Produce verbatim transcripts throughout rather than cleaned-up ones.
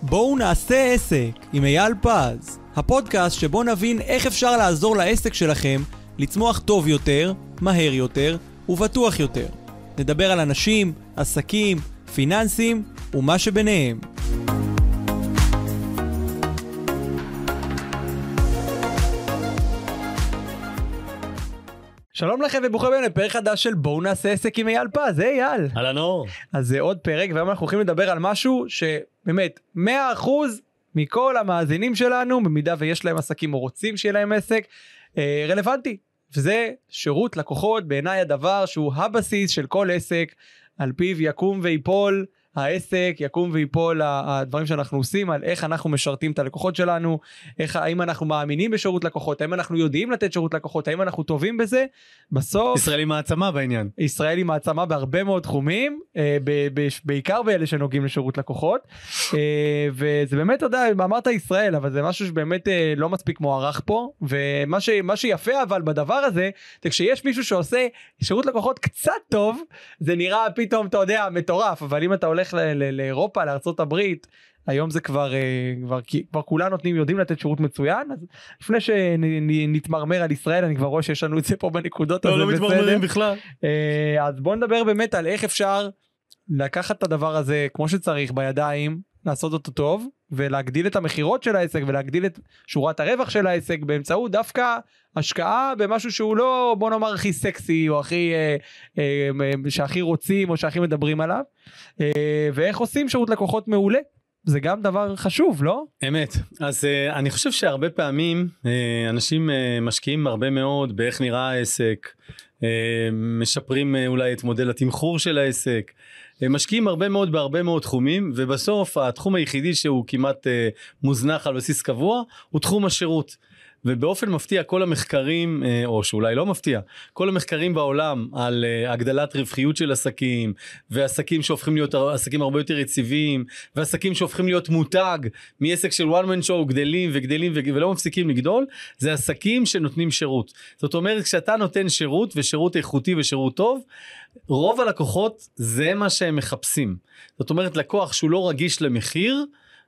בואו נעשה עסק עם אייל פז, הפודקאסט שבו נבין איך אפשר לעזור לעסק שלכם לצמוח טוב יותר, מהר יותר ובטוח יותר. נדבר על אנשים, עסקים, פיננסים ומה שביניהם. שלום לכם וברוכים הבאים לפרק חדש של בואו נעשה עסק עם אייל פז. היי אייל. אהלן אור. אז זה עוד פרק והיום אנחנו הולכים לדבר על משהו שבאמת מאה אחוז מכל המאזינים שלנו, במידה ויש להם עסקים או רוצים שיהיה להם עסק, אה, רלוונטי. וזה שירות לקוחות, בעיניי הדבר שהוא הבסיס של כל עסק, על פיו יקום ויפול העסק, יקום ויפול הדברים שאנחנו עושים, על איך אנחנו משרתים את הלקוחות שלנו, איך, האם אנחנו מאמינים בשירות לקוחות, האם אנחנו יודעים לתת שירות לקוחות, האם אנחנו טובים בזה. בסוף ישראלי מעצמה בעניין. ישראלי מעצמה בהרבה מאוד תחומים, אה, ב- ב- בעיקר באלה שנוגעים לשירות לקוחות, אה, וזה באמת, אתה יודע, אמרת ישראל, אבל זה משהו שבאמת אה, לא מספיק מוערך פה, ומה ש- מה שיפה אבל בדבר הזה, זה כשיש מישהו שעושה שירות לקוחות קצת טוב, זה נראה פתאום, אתה יודע, מטורף, אבל אם אתה הולך ל- ל- לאירופה, לארצות הברית, היום זה כבר, כבר, כבר כולם נותנים, יודעים לתת שירות מצוין, אז לפני שנתמרמר על ישראל, אני כבר רואה שיש לנו את זה פה בנקודות. לא, לא מתמרמרים בכלל. אז בוא נדבר באמת על איך אפשר לקחת את הדבר הזה כמו שצריך בידיים, לעשות אותו טוב, ולהגדיל את המחירות של העסק, ולהגדיל את שורת הרווח של העסק, באמצעות דווקא השקעה במשהו שהוא לא, בוא נאמר, הכי סקסי, או הכי, אה, אה, שהכי רוצים, או שהכי מדברים עליו, אה, ואיך עושים שירות לקוחות מעולה. זה גם דבר חשוב, לא? אמת. אז uh, אני חושב שהרבה פעמים uh, אנשים uh, משקיעים הרבה מאוד באיך נראה העסק, uh, משפרים uh, אולי את מודל התמחור של העסק, uh, משקיעים הרבה מאוד בהרבה מאוד תחומים, ובסוף התחום היחידי שהוא כמעט uh, מוזנח על בסיס קבוע, הוא תחום השירות. ובאופן מפתיע כל המחקרים, או שאולי לא מפתיע, כל המחקרים בעולם על הגדלת רווחיות של עסקים, ועסקים שהופכים להיות עסקים הרבה יותר יציבים, ועסקים שהופכים להיות מותג, מעסק של one man show גדלים וגדלים ולא מפסיקים לגדול, זה עסקים שנותנים שירות. זאת אומרת, כשאתה נותן שירות ושירות איכותי ושירות טוב, רוב הלקוחות זה מה שהם מחפשים. זאת אומרת, לקוח שהוא לא רגיש למחיר,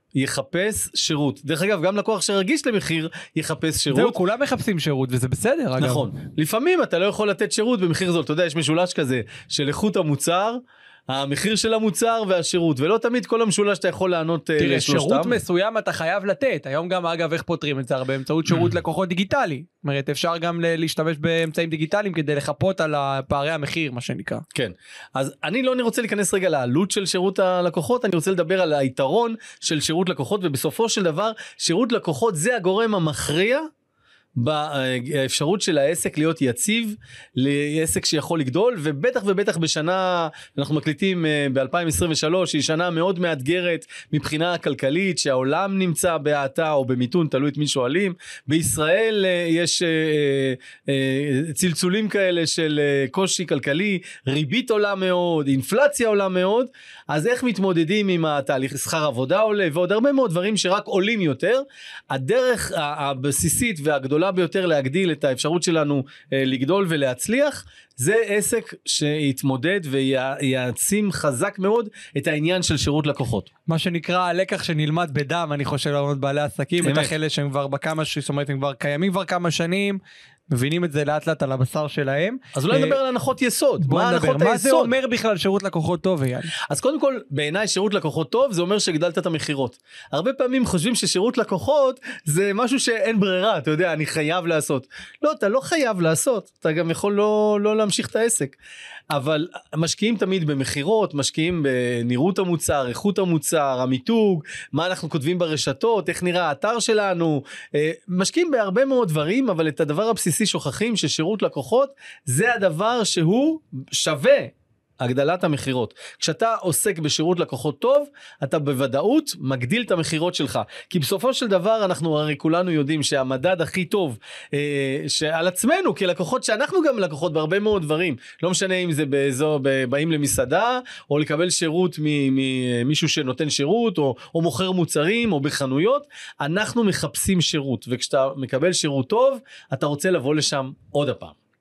יחפש שירות. דרך אגב, גם לקוח שרגיש למחיר יחפש שירות. זהו, כולם מחפשים שירות, וזה בסדר, אגב. נכון. לפעמים אתה לא יכול לתת שירות במחיר זול. אתה יודע, יש משולש כזה של איכות המוצר, המחיר של המוצר והשירות, ולא תמיד כל המשולש אתה יכול לענות תראה, לשלושתם. שירות מסוים אתה חייב לתת. היום גם, אגב, איך פותרים את זה? באמצעות שירות לקוחות דיגיטלי. זאת אומרת, אפשר גם להשתמש באמצעים דיגיטליים כדי לחפות על פערי המחיר, מה שנקרא. כן. אז אני לא רוצה להיכנס רגע לעלות של שירות הלקוחות, אני רוצה לדבר על היתרון של שירות לקוחות, ובסופו של דבר, שירות לקוחות זה הגורם המכריע, באפשרות של העסק להיות יציב, לעסק שיכול לגדול, ובטח ובטח בשנה, אנחנו מקליטים ב-אלפיים עשרים ושלוש, היא שנה מאוד מאתגרת מבחינה כלכלית, שהעולם נמצא בהאטה או במיתון, תלוי את מי שואלים. בישראל יש צלצולים כאלה של קושי כלכלי, ריבית עולה מאוד, אינפלציה עולה מאוד, אז איך מתמודדים עם התהליך? שכר עבודה עולה, ועוד הרבה מאוד דברים שרק עולים יותר. הדרך הבסיסית והגדולה ביותר להגדיל את האפשרות שלנו אה, לגדול ולהצליח, זה עסק שיתמודד ויעצים חזק מאוד את העניין של שירות לקוחות. מה שנקרא הלקח שנלמד בדם, אני חושב, לעמוד בעלי עסקים, בטח אלה שהם כבר בכמה, זאת אומרת, הם כבר קיימים כבר כמה שנים, מבינים את זה לאט לאט על הבשר שלהם. אז אולי נדבר על הנחות יסוד. בוא נדבר, מה זה אומר בכלל שירות לקוחות טוב, אייל? אז קודם כל, בעיניי שירות לקוחות טוב, זה אומר שהגדלת את המחירות. הרבה פעמים חושבים ששירות לקוחות זה משהו שאין ברירה, אתה יודע, אני חייב לעשות. לא, אתה לא חייב לעשות, אתה גם יכול לא, לא להמשיך את העסק. אבל משקיעים תמיד במחירות, משקיעים בנראות המוצר, איכות המוצר, המיתוג, מה אנחנו כותבים ברשתות, איך נראה האתר שלנו, משקיעים בהרבה מאוד דברים, אבל את הדבר הבסיסי שוכחים ששירות לקוחות זה הדבר שהוא שווה הגדלת המחירות. כשאתה עוסק בשירות לקוחות טוב, אתה בוודאות מגדיל את המחירות שלך. כי בסופו של דבר אנחנו הרי כולנו יודעים שהמדד הכי טוב אה, שעל עצמנו כלקוחות, שאנחנו גם לקוחות בהרבה מאוד דברים, לא משנה אם זה באזור, באים למסעדה, או לקבל שירות ממישהו שנותן שירות, או, או מוכר מוצרים, או בחנויות, אנחנו מחפשים שירות, וכשאתה מקבל שירות טוב, אתה רוצה לבוא לשם עוד הפעם.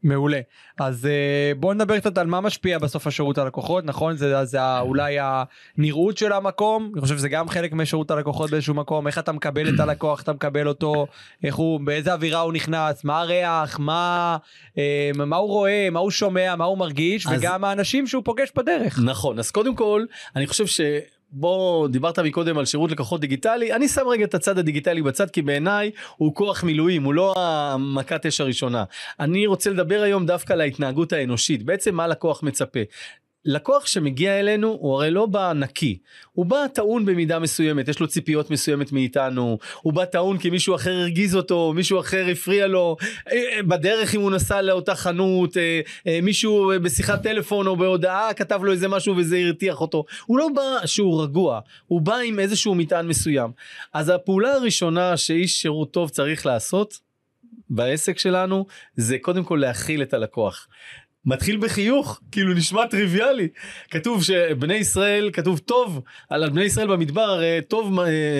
מעולה. אז בואו נדבר קצת על מה משפיע בסוף השירות הלקוחות, נכון? זה, זה אולי הנראות של המקום, אני חושב שזה גם חלק משירות הלקוחות באיזשהו מקום, איך אתה מקבל את הלקוח, אתה מקבל אותו, איך הוא, באיזה אווירה הוא נכנס, מה הריח, מה, מה הוא רואה, מה הוא שומע, מה הוא מרגיש, אז... וגם האנשים שהוא פוגש בדרך. נכון, אז קודם כל, אני חושב ש... בוא, דיברת מקודם על שירות לקוחות דיגיטלי, אני שם רגע את הצד הדיגיטלי בצד, כי בעיניי הוא כוח מילואים, הוא לא המכת אש הראשונה. אני רוצה לדבר היום דווקא על ההתנהגות האנושית, בעצם מה לקוח מצפה. לקוח שמגיע אלינו הוא הרי לא בא נקי, הוא בא טעון במידה מסוימת, יש לו ציפיות מסוימת מאיתנו, הוא בא טעון כי מישהו אחר הרגיז אותו, מישהו אחר הפריע לו, בדרך אם הוא נסע לאותה חנות, מישהו בשיחת טלפון או בהודעה כתב לו איזה משהו וזה הרתיח אותו, הוא לא בא שהוא רגוע, הוא בא עם איזשהו מטען מסוים. אז הפעולה הראשונה שאיש שירות טוב צריך לעשות בעסק שלנו, זה קודם כל להכיל את הלקוח. מתחיל בחיוך, כאילו נשמע טריוויאלי. כתוב שבני ישראל, כתוב טוב, על בני ישראל במדבר, טוב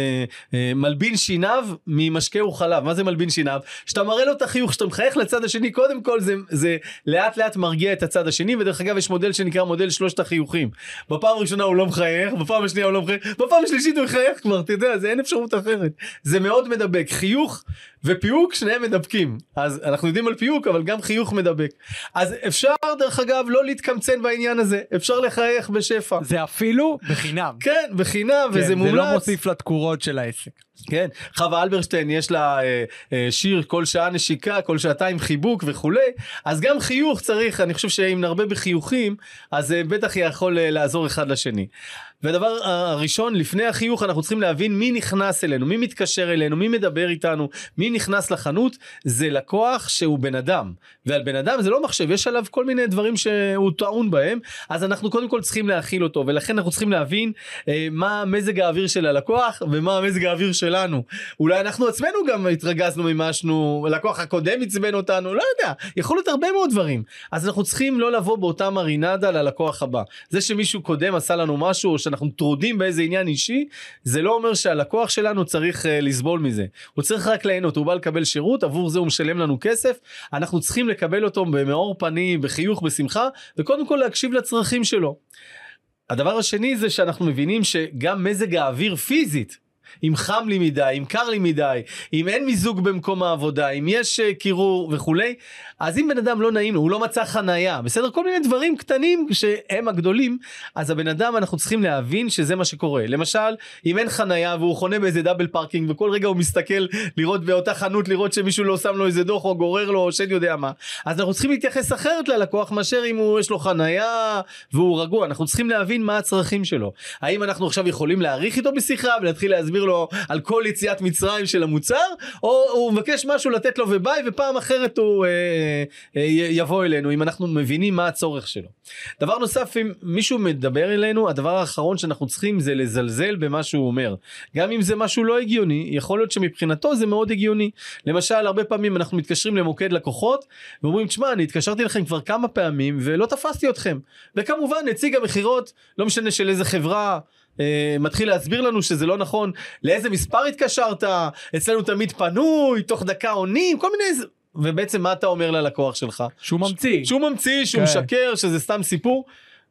מלבין שיניו ממשקה וחלב. מה זה מלבין שיניו? שאתה מראה לו את החיוך, שאתה מחייך לצד השני, קודם כל זה, זה לאט לאט מרגיע את הצד השני, ודרך אגב יש מודל שנקרא מודל שלושת החיוכים. בפעם הראשונה הוא לא מחייך, בפעם השנייה הוא לא מחייך, בפעם השלישית הוא מחייך כבר, אתה יודע, זה אין אפשרות אחרת. זה מאוד מדבק. חיוך ופיוק שניהם מדבקים. אז אנחנו יודעים על פיוק, אבל גם חיוך מדבק. אז אפשר דרך אגב לא להתקמצן בעניין הזה, אפשר לחייך בשפע. זה אפילו בחינם. כן, בחינם, כן, וזה מומלץ. זה לא מוסיף לתקורות של העסק. כן, חווה אלברשטיין יש לה אה, אה, שיר כל שעה נשיקה, כל שעתיים חיבוק וכולי, אז גם חיוך צריך, אני חושב שאם נרבה בחיוכים, אז אה, בטח יכול אה, לעזור אחד לשני. והדבר הראשון, לפני החיוך אנחנו צריכים להבין מי נכנס אלינו, מי מתקשר אלינו, מי מדבר איתנו, מי נכנס לחנות, זה לקוח שהוא בן אדם, ועל בן אדם זה לא מחשב, יש עליו כל מיני דברים שהוא טעון בהם, אז אנחנו קודם כל צריכים להכיל אותו, ולכן אנחנו צריכים להבין אה, מה מזג האוויר של הלקוח, ומה מזג האוויר שלנו. אולי אנחנו עצמנו גם התרגזנו ממשהו, לקוח הקודם עצבן אותנו, לא יודע, יכול להיות הרבה מאוד דברים, אז אנחנו צריכים לא לבוא באותה מרינדה ללקוח הבא. זה שמישהו קודם עשה לנו משהו, או שאנחנו טרודים באיזה עניין אישי, זה לא אומר שהלקוח שלנו צריך uh, לסבול מזה. הוא צריך רק ליהנות, הוא בא לקבל שירות, עבור זה הוא משלם לנו כסף, אנחנו צריכים לקבל אותו במאור פנים, בחיוך, בשמחה, וקודם כל להקשיב לצרכים שלו. הדבר השני זה שאנחנו מבינים שגם מזג האוויר פיזית, אם חם לי מדי, אם קר לי מדי, אם אין מיזוג במקום העבודה, אם יש קירור וכולי, אז אם בן אדם לא נעים לו, הוא לא מצא חנייה, בסדר? כל מיני דברים קטנים שהם הגדולים, אז הבן אדם אנחנו צריכים להבין שזה מה שקורה. למשל, אם אין חנייה והוא חונה באיזה דאבל פארקינג, וכל רגע הוא מסתכל לראות באותה חנות, לראות שמישהו לא שם לו איזה דוח או גורר לו, או שאני יודע מה. אז אנחנו צריכים להתייחס אחרת ללקוח, מאשר אם הוא יש לו חנייה והוא רגוע. אנחנו צריכים להבין מה הצרכים שלו. האם אנחנו עכשיו יכולים להאריך איתו בשיחה ולהתחיל להסביר לו על כל יציאת מצרים של המוצר, או הוא מבקש משהו לתת לו וביי, ופעם אחרת הוא אה, אה, יבוא אלינו, אם אנחנו מבינים מה הצורך שלו. דבר נוסף, אם מישהו מדבר אלינו, הדבר האחרון שאנחנו צריכים זה לזלזל במה שהוא אומר. גם אם זה משהו לא הגיוני, יכול להיות שמבחינתו זה מאוד הגיוני. למשל, הרבה פעמים אנחנו מתקשרים למוקד לקוחות, ואומרים, תשמע, אני התקשרתי לכם כבר כמה פעמים, ולא תפסתי אתכם. וכמובן, נציג המחירות, לא משנה של איזה חברה, Uh, מתחיל להסביר לנו שזה לא נכון, לאיזה מספר התקשרת, אצלנו תמיד פנוי, תוך דקה עונים, כל מיני, ובעצם מה אתה אומר ללקוח שלך? שהוא ממציא. שהוא ממציא, שהוא משקר, שזה סתם סיפור,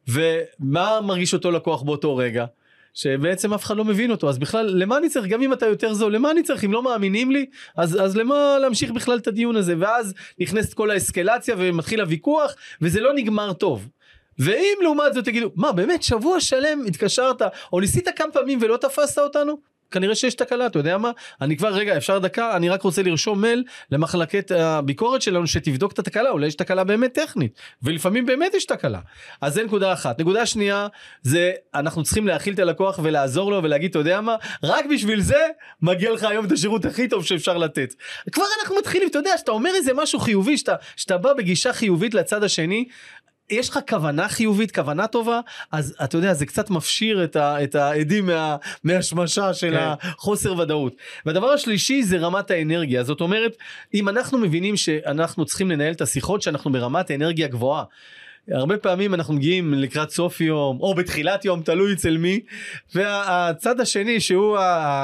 ומה מרגיש אותו לקוח באותו רגע? שבעצם אף אחד לא מבין אותו, אז בכלל, למה אני צריך? גם אם אתה יותר זול, למה אני צריך? אם לא מאמינים לי, אז, אז למה להמשיך בכלל את הדיון הזה? ואז נכנסת כל האסקלציה ומתחיל הוויכוח, וזה לא נגמר טוב. ואם לעומת זאת תגידו, מה באמת שבוע שלם התקשרת, או ניסית כמה פעמים ולא תפסת אותנו? כנראה שיש תקלה, אתה יודע מה? אני כבר, רגע, אפשר דקה, אני רק רוצה לרשום מייל למחלקת הביקורת שלנו, שתבדוק את התקלה, אולי יש תקלה באמת טכנית, ולפעמים באמת יש תקלה. אז זה נקודה אחת. נקודה שנייה, זה אנחנו צריכים להכיל את הלקוח ולעזור לו, ולהגיד, אתה יודע מה? רק בשביל זה, מגיע לך היום את השירות הכי טוב שאפשר לתת. כבר אנחנו מתחילים, אתה יודע, שאתה אומר איזה משהו חיובי, שאתה, שאתה בא בגישה חיובית לצד השני, יש לך כוונה חיובית, כוונה טובה, אז אתה יודע, זה קצת מפשיר את, ה, את העדים מה, מהשמשה של okay. החוסר ודאות. והדבר השלישי זה רמת האנרגיה. זאת אומרת, אם אנחנו מבינים שאנחנו צריכים לנהל את השיחות, שאנחנו ברמת האנרגיה גבוהה, הרבה פעמים אנחנו מגיעים לקראת סוף יום, או בתחילת יום, תלוי אצל מי, והצד השני שהוא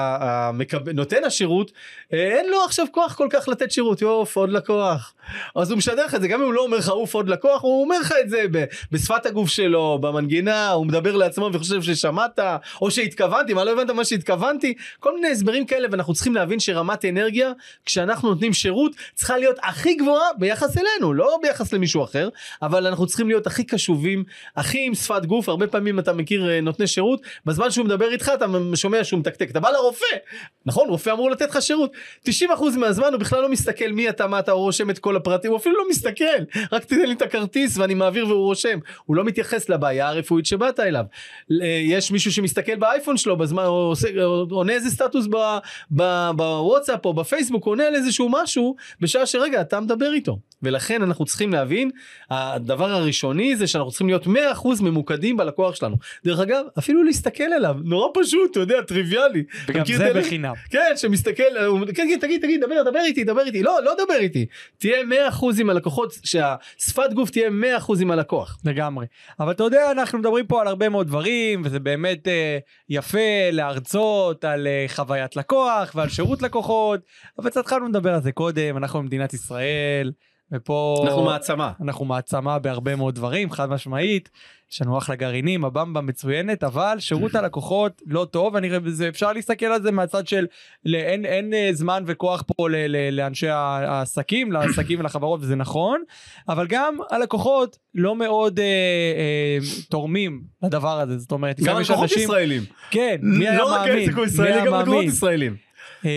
נותן השירות, אין לו עכשיו כוח כל כך לתת שירות, יוף, עוד לקוח. אז הוא משדר לך את זה, גם אם הוא לא אומר לך אוף עוד לקוח, הוא אומר לך את זה בשפת הגוף שלו, במנגינה, הוא מדבר לעצמו וחושב ששמעת, או שהתכוונתי, מה לא הבנת מה שהתכוונתי, כל מיני הסברים כאלה, ואנחנו צריכים להבין שרמת אנרגיה, כשאנחנו נותנים שירות, צריכה להיות הכי גבוהה ביחס אלינו, לא ביחס למישהו אחר, אבל אנחנו צריכים להיות הכי קשובים, הכי עם שפת גוף. הרבה פעמים אתה מכיר נותני שירות, בזמן שהוא מדבר איתך, אתה שומע שהוא מתקתק, אתה בא לרופא, נכון, רופא אמור לתת לך שירות, תשעים אחוז מהזמן הוא בכלל לא מסתכל מי אתה, מה אתה, הוא רושם את כל הפרטים, הוא אפילו לא מסתכל, רק תתן לי את הכרטיס ואני מעביר והוא רושם, הוא לא מתייחס לבעיה הרפואית שבאת אליו. יש מישהו שמסתכל באייפון שלו בזמן, או עונה איזה סטטוס בוואטסאפ או בפייסבוק, עונה על איזשהו משהו, בשעה שרגע אתה מדבר איתו. ולכן אנחנו צריכים להבין, הדבר הראשוני זה שאנחנו צריכים להיות מאה אחוז ממוקדים בלקוח שלנו. דרך אגב, אפילו להסתכל עליו, נורא פשוט, אתה יודע, טריוויאלי. וגם זה בחינם. כן, שמסתכל, כן, תגיד, תגיד, דבר, דבר איתי, דבר איתי. לא, לא דבר איתי. תהיה מאה אחוז עם הלקוחות, שהשפת גוף תהיה מאה אחוז עם הלקוח. לגמרי. אבל אתה יודע, אנחנו מדברים פה על הרבה מאוד דברים, וזה באמת אה, יפה להרצות על אה, חוויית לקוח ועל שירות לקוחות, אבל התחלנו לדבר על זה קודם, אנחנו במדינת ישראל, ופה אנחנו מעצמה אנחנו מעצמה בהרבה מאוד דברים, חד משמעית, יש לנו אחלה גרעינים, הבמבה מצוינת, אבל שירות הלקוחות לא טוב. אני חושב שזה, אפשר להסתכל על זה מהצד של אין, אין זמן וכוח פה ל, ל, לאנשי העסקים, לעסקים ולחברות, וזה נכון, אבל גם הלקוחות לא מאוד אה, אה, תורמים לדבר הזה, זאת אומרת, גם לקוחות אנשים, ישראלים, כן, מי היה לא מאמין, רק ישראלי, גם לקוחות ישראלים.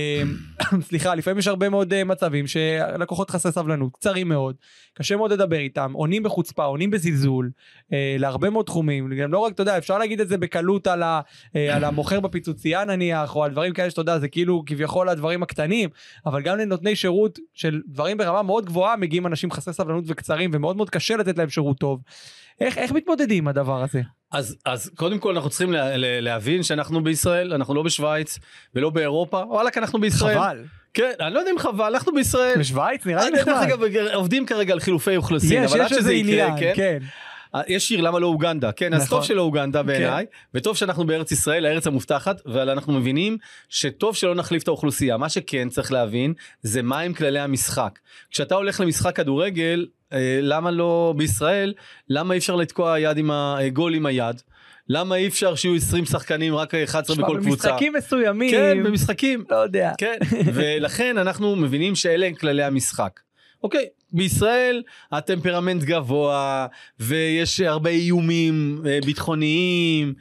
סליחה, לפעמים יש הרבה מאוד מצבים שלקוחות חסרי סבלנות, קצרים מאוד, קשה מאוד לדבר איתם, עונים בחוצפה, עונים בזלזול, להרבה מאוד תחומים, גם לא רק, אתה יודע, אפשר להגיד את זה בקלות על, ה, על המוכר בפיצוצייה נניח, או על דברים כאלה שאתה יודע, זה כאילו כביכול הדברים הקטנים, אבל גם לנותני שירות של דברים ברמה מאוד גבוהה, מגיעים אנשים חסרי סבלנות וקצרים, ומאוד מאוד קשה לתת להם שירות טוב. איך, איך מתמודדים עם הדבר הזה? אז, אז קודם כל אנחנו צריכים לה, לה, להבין שאנחנו בישראל, אנחנו לא בשוויץ ולא באירופה, וואלק אנחנו בישראל. חבל. כן, אני לא יודע אם חבל, אנחנו בישראל. בשוויץ נראה לי נחמד. אגב, עובדים כרגע על חילופי אוכלוסין, יש, אבל יש איזה עניין, כן. כן. יש שיר למה לא אוגנדה, כן, אז טוב שלא אוגנדה בעיניי, וטוב שאנחנו בארץ ישראל, הארץ המובטחת, אבל אנחנו מבינים שטוב שלא נחליף את האוכלוסייה. מה שכן צריך להבין זה מה הם כללי המשחק. כשאתה הולך למשחק כדורגל, למה לא בישראל, למה אי אפשר לתקוע יד עם הגול עם היד? למה אי אפשר שיהיו עשרים שחקנים רק אחת עשרה בכל קבוצה? במשחקים מסוימים. כן, במשחקים. לא יודע. כן, ולכן אנחנו מבינים שאלה הם כללי המשחק. אוקיי, בישראל הטמפרמנט גבוה, ויש הרבה איומים ביטחוניים,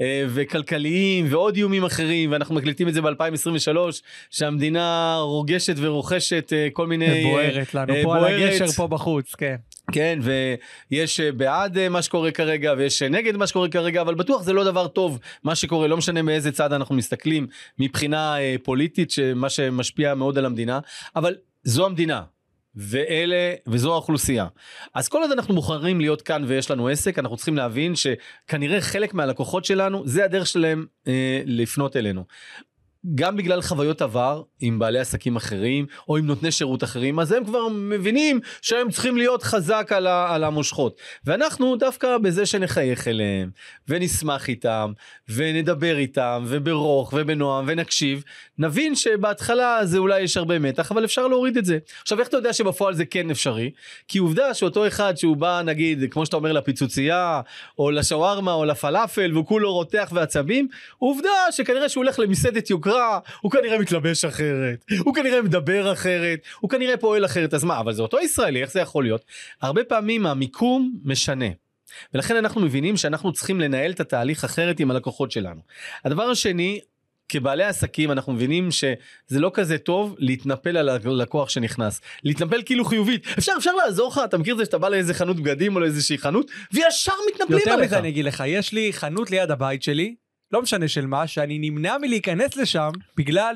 וכלכליים ועוד איומים אחרים, ואנחנו מקליטים את זה ב-אלפיים עשרים ושלוש, שהמדינה רוגשת ורוכשת כל מיני... בוערת לנו, פה על הגשר פה בחוץ, כן. כן, ויש בעד מה שקורה כרגע, ויש נגד מה שקורה כרגע, אבל בטוח זה לא דבר טוב, מה שקורה, לא משנה מאיזה צד אנחנו מסתכלים, מבחינה פוליטית, מה שמשפיע מאוד על המדינה, אבל זו המדינה. ואלה, וזו האוכלוסייה. אז כל עוד אנחנו מוכרים להיות כאן ויש לנו עסק, אנחנו צריכים להבין שכנראה חלק מהלקוחות שלנו, זה הדרך שלהם אה, לפנות אלינו. גם בגלל חוויות עבר עם בעלי עסקים אחרים, או עם נותני שירות אחרים, אז הם כבר מבינים שהם צריכים להיות חזק על, ה, על המושכות. ואנחנו דווקא בזה שנחייך אליהם, ונשמח איתם, ונדבר איתם, וברוך ובנועם, ונקשיב, נבין שבהתחלה זה אולי יש הרבה מתח, אבל אפשר להוריד את זה. עכשיו, איך אתה יודע שבפועל זה כן אפשרי? כי עובדה שאותו אחד שהוא בא, נגיד, כמו שאתה אומר, לפיצוצייה, או לשווארמה, או לפלאפל, והוא כולו רותח ועצבים, עובדה שכנראה שהוא הולך למסעדת יוקרה, הוא כנראה מתלבש אחרת, הוא כנראה מדבר אחרת, הוא כנראה פועל אחרת, אז מה, אבל זה אותו ישראלי, איך זה יכול להיות? הרבה פעמים המיקום משנה, ולכן אנחנו מבינים שאנחנו צריכים לנהל את התהליך אחרת עם הלקוחות שלנו. הדבר השני, כבעלי עסקים אנחנו מבינים שזה לא כזה טוב להתנפל על הלקוח שנכנס, להתנפל כאילו חיובית, אפשר אפשר לעזור לך, אתה מכיר זה שאתה בא לאיזה חנות בגדים או לאיזושהי חנות, וישר מתנפלים עליך. יותר מזה אני אגיד לך, יש לי חנות ליד הבית שלי, לא משנה של מה, שאני נמנע מלהיכנס לשם, בגלל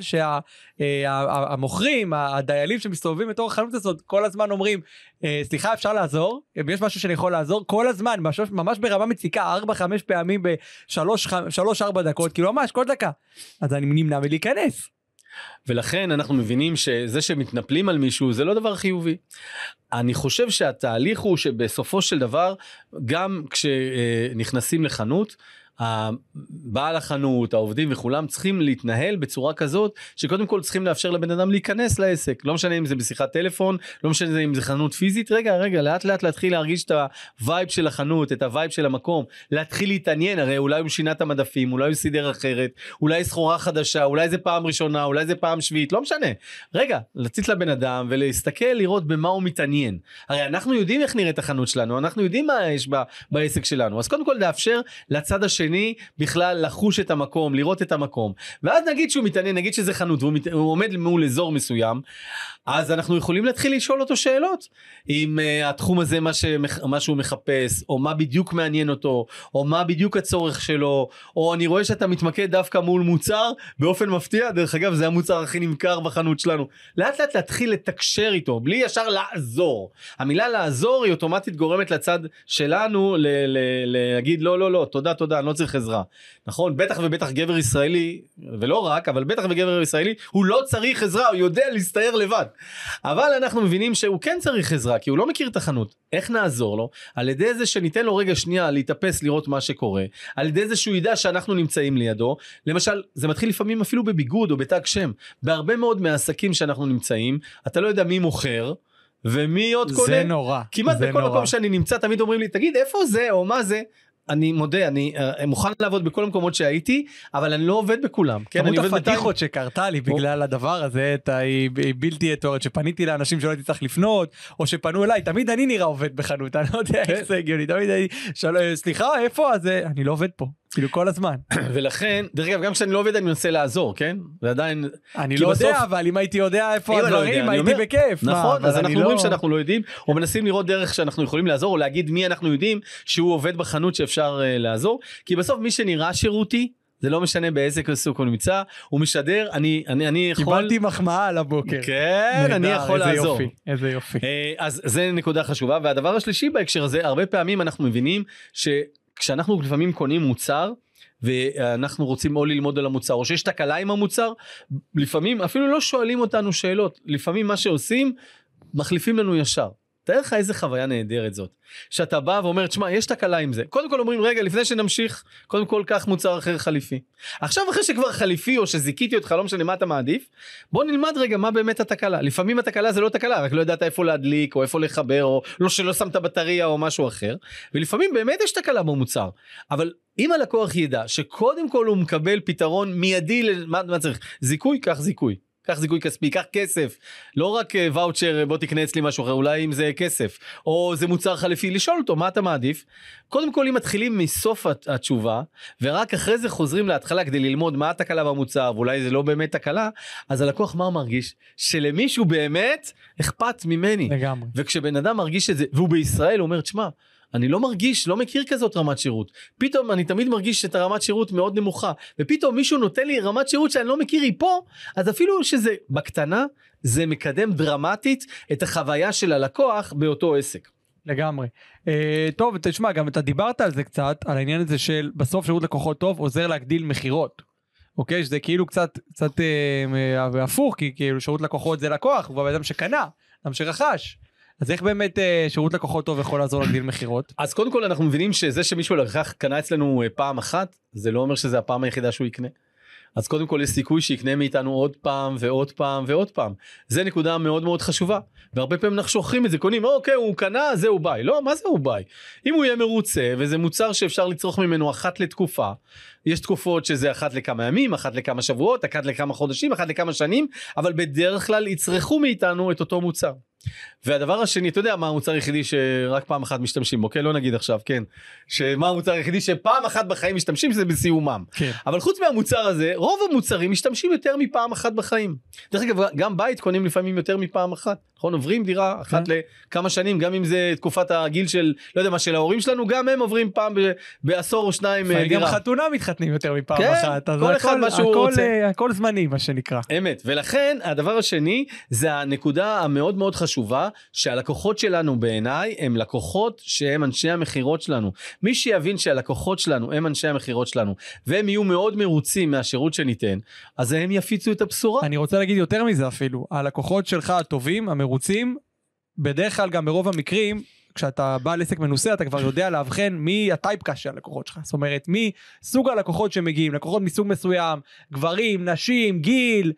שהמוכרים, הדיילים שמסתובבים בתור החנות הזאת, כל הזמן אומרים, סליחה, אפשר לעזור? יש משהו שאני יכול לעזור? כל הזמן, ממש ברמה מציקה, ארבע, חמש פעמים בשלוש, שלוש, ארבע דקות, כאילו ממש, כל דקה. אז אני נמנע מלהיכנס. ולכן אנחנו מבינים שזה שמתנפלים על מישהו זה לא דבר חיובי. אני חושב שהתהליך הוא שבסופו של דבר, גם כשנכנסים לחנות, בעל החנות, העובדים וכולם צריכים להתנהל בצורה כזאת, שקודם כל צריכים לאפשר לבן אדם להיכנס לעסק, לא משנה אם זה בשיחת טלפון, לא משנה אם זה חנות פיזית, רגע, רגע, לאט לאט להתחיל להרגיש את הווייב של החנות, את הווייב של המקום, להתחיל להתעניין, הרי אולי הוא שינה את המדפים, אולי הוא סידר אחרת, אולי סחורה חדשה, אולי זה פעם ראשונה, אולי זה פעם שביעית, לא משנה. רגע, לצאת לבן אדם ולהסתכל, לראות במה הוא מתעניין. הרי אנחנו יודעים איך נראית החנות שלנו, אנחנו יודעים מה יש ב- בעסק שלנו. אז קודם כל לאפשר לצד השני בכלל לחוש את המקום, לראות את המקום. ואז נגיד שהוא מתעניין, נגיד שזה חנות, והוא מת... הוא עומד מול אזור מסוים, אז אנחנו יכולים להתחיל לשאול אותו שאלות, אם uh, התחום הזה מה, שמח... מה שהוא מחפש, או מה בדיוק מעניין אותו, או מה בדיוק הצורך שלו, או אני רואה שאתה מתמקד דווקא מול מוצר, באופן מפתיע, דרך אגב זה המוצר הכי נמכר בחנות שלנו, לאט לאט להתחיל לתקשר איתו, בלי ישר לעזור. המילה לעזור היא אוטומטית גורמת לצד שלנו, ל... ל... להגיד לא לא לא, תודה תודה, אני לא צריך עזרה. נכון, בטח ובטח גבר ישראלי, ולא רק, אבל בטח וגבר ישראלי, הוא לא צריך עזרה, הוא יודע להסתער לבד. אבל אנחנו מבינים שהוא כן צריך עזרה, כי הוא לא מכיר את החנות. איך נעזור לו? על ידי זה שניתן לו רגע שנייה להתאפס לראות מה שקורה, על ידי זה שהוא ידע שאנחנו נמצאים לידו. למשל, זה מתחיל לפעמים אפילו בביגוד או בתג שם. בהרבה מאוד מהעסקים שאנחנו נמצאים, אתה לא יודע מי מוכר, ומי עוד קונה. זה נורא. כמעט בכל מקום שאני נמצא, תמיד אומרים לי, תגיד, איפה זה או מה זה? אני מודה, אני uh, מוכן לעבוד בכל המקומות שהייתי, אבל אני לא עובד בכולם. כמות הפתיחות שקרתה לי בגלל הדבר הזה, היא בלתי יתוארת, שפניתי לאנשים שלא הייתי צריך לפנות, או שפנו אליי, תמיד אני נראה עובד בחנות, אני לא יודע איך זה הגיוני, תמיד אני, סליחה, איפה? אז אני לא עובד פה. כאילו כל הזמן. ולכן, דרך אגב, גם כשאני לא עובד אני מנסה לעזור, כן? ועדיין... אני לא יודע, אבל אם הייתי יודע איפה הדברים, הייתי בכיף. נכון, אז אנחנו אומרים שאנחנו לא יודעים, או מנסים לראות דרך שאנחנו יכולים לעזור, או להגיד מי אנחנו יודעים שהוא עובד בחנות שאפשר לעזור, כי בסוף מי שנראה שירותי, זה לא משנה באיזה סוג הוא נמצא, הוא משדר, אני, אני, אני יכול... קיבלתי מחמאה על הבוקר. כן, אני יכול לעזור. איזה יופי. אז זה נקודה חשובה, והדבר השלישי בהקשר הזה, הרבה פעמים אנחנו מבינים ש כשאנחנו לפעמים קונים מוצר, ואנחנו רוצים או ללמוד על המוצר, או שיש תקלה עם המוצר, לפעמים אפילו לא שואלים אותנו שאלות, לפעמים מה שעושים, מחליפים לנו ישר. תאר לך איזה חוויה נהדרת זאת, שאתה בא ואומר, תשמע, יש תקלה עם זה. קודם כל אומרים, רגע, לפני שנמשיך, קודם כל קח מוצר אחר חליפי. עכשיו אחרי שכבר חליפי, או שזיקיתי אותך, לא משנה מה אתה מעדיף, בוא נלמד רגע מה באמת התקלה. לפעמים התקלה זה לא תקלה, רק לא ידעת איפה להדליק, או איפה לחבר, או לא שלא שמת בטריה, או משהו אחר. ולפעמים באמת יש תקלה במוצר. אבל אם הלקוח ידע שקודם כל הוא מקבל פתרון מיידי, למה, מה צריך? זיכוי, קח זיכוי. קח זיכוי כספי, קח כסף, לא רק ואוצ'ר, בוא תקנה אצלי משהו אחר, אולי אם זה כסף, או זה מוצר חליפי, לשאול אותו, מה אתה מעדיף? קודם כל, אם מתחילים מסוף התשובה, ורק אחרי זה חוזרים להתחלה, כדי ללמוד מה התקלה במוצר, ואולי זה לא באמת תקלה, אז הלקוח מה הוא מרגיש? שלמישהו באמת אכפת ממני. לגמרי. וכשבן אדם מרגיש את זה, והוא בישראל, הוא אומר, תשמע, אני לא מרגיש, לא מכיר כזאת רמת שירות. פתאום אני תמיד מרגיש את הרמת שירות מאוד נמוכה, ופתאום מישהו נותן לי רמת שירות שאני לא מכיר היא פה, אז אפילו שזה בקטנה, זה מקדם דרמטית את החוויה של הלקוח באותו עסק. לגמרי. Uh, טוב, תשמע, גם אתה דיברת על זה קצת, על העניין הזה של בסוף שירות לקוחות טוב עוזר להגדיל מחירות. אוקיי, שזה כאילו קצת, קצת uh, הפוך, כי כאילו שירות לקוחות זה לקוח, הוא האדם שקנה, אדם שרכש. אז איך באמת uh, שירות לקוחות טוב יכול לעזור להגדיל מחירות? אז קודם כל אנחנו מבינים שזה שמישהו לקח קנה אצלנו uh, פעם אחת, זה לא אומר שזה הפעם היחידה שהוא יקנה. אז קודם כל יש סיכוי שיקנה מאיתנו עוד פעם ועוד פעם ועוד פעם. זה נקודה מאוד מאוד חשובה. והרבה פעמים אנחנו שוכחים את זה, קונים, אוקיי, הוא קנה, זה הוא ביי. לא, מה זה הוא ביי? אם הוא יהיה מרוצה, וזה מוצר שאפשר לצרוך ממנו אחת לתקופה, יש תקופות שזה אחת לכמה ימים, אחת לכמה שבועות, אחת לכמה חודשים, אחת לכמה שנים, אבל בדרך כלל יצרכו מאיתנו את אותו מוצר. והדבר השני, אתה יודע מה המוצר היחידי שרק פעם אחת משתמשים בו, כן? לא נגיד עכשיו, כן? שמה המוצר היחידי שפעם אחת בחיים משתמשים, זה בסיומם. כן. אבל חוץ מהמוצר הזה, רוב המוצרים משתמשים יותר מפעם אחת בחיים. דרך אגב, גם בית קונים לפעמים יותר מפעם אחת. נכון? עוברים דירה אחת לכמה שנים, גם אם זה תקופת הגיל של, לא יודע מה, של ההורים שלנו, גם הם עוברים פעם בעשור או שניים דירה. גם חתונה מתחתנים יותר מפעם כן, אחת. אז כל הכל, אחד מה שהוא הכל, רוצה. הכל זמני, מה שנקרא. אמת. ולכן, הדבר השני, זה הנקודה המאוד מאוד חשובה, חשובה, שהלקוחות שלנו בעיניי הם לקוחות שהם אנשי המחירות שלנו. מי שיבין שהלקוחות שלנו הם אנשי המחירות שלנו, והם יהיו מאוד מרוצים מהשירות שניתן, אז הם יפיצו את הבשורה. אני רוצה להגיד יותר מזה אפילו, הלקוחות שלך הטובים, המרוצים, בדרך כלל גם ברוב המקרים, כשאתה בא לעסק מנוסה, אתה כבר יודע להבחן מי הטייפקאסט של הלקוחות שלך. זאת אומרת, מי סוג הלקוחות שמגיעים, לקוחות מסוג מסוים, גברים, נשים, גיל,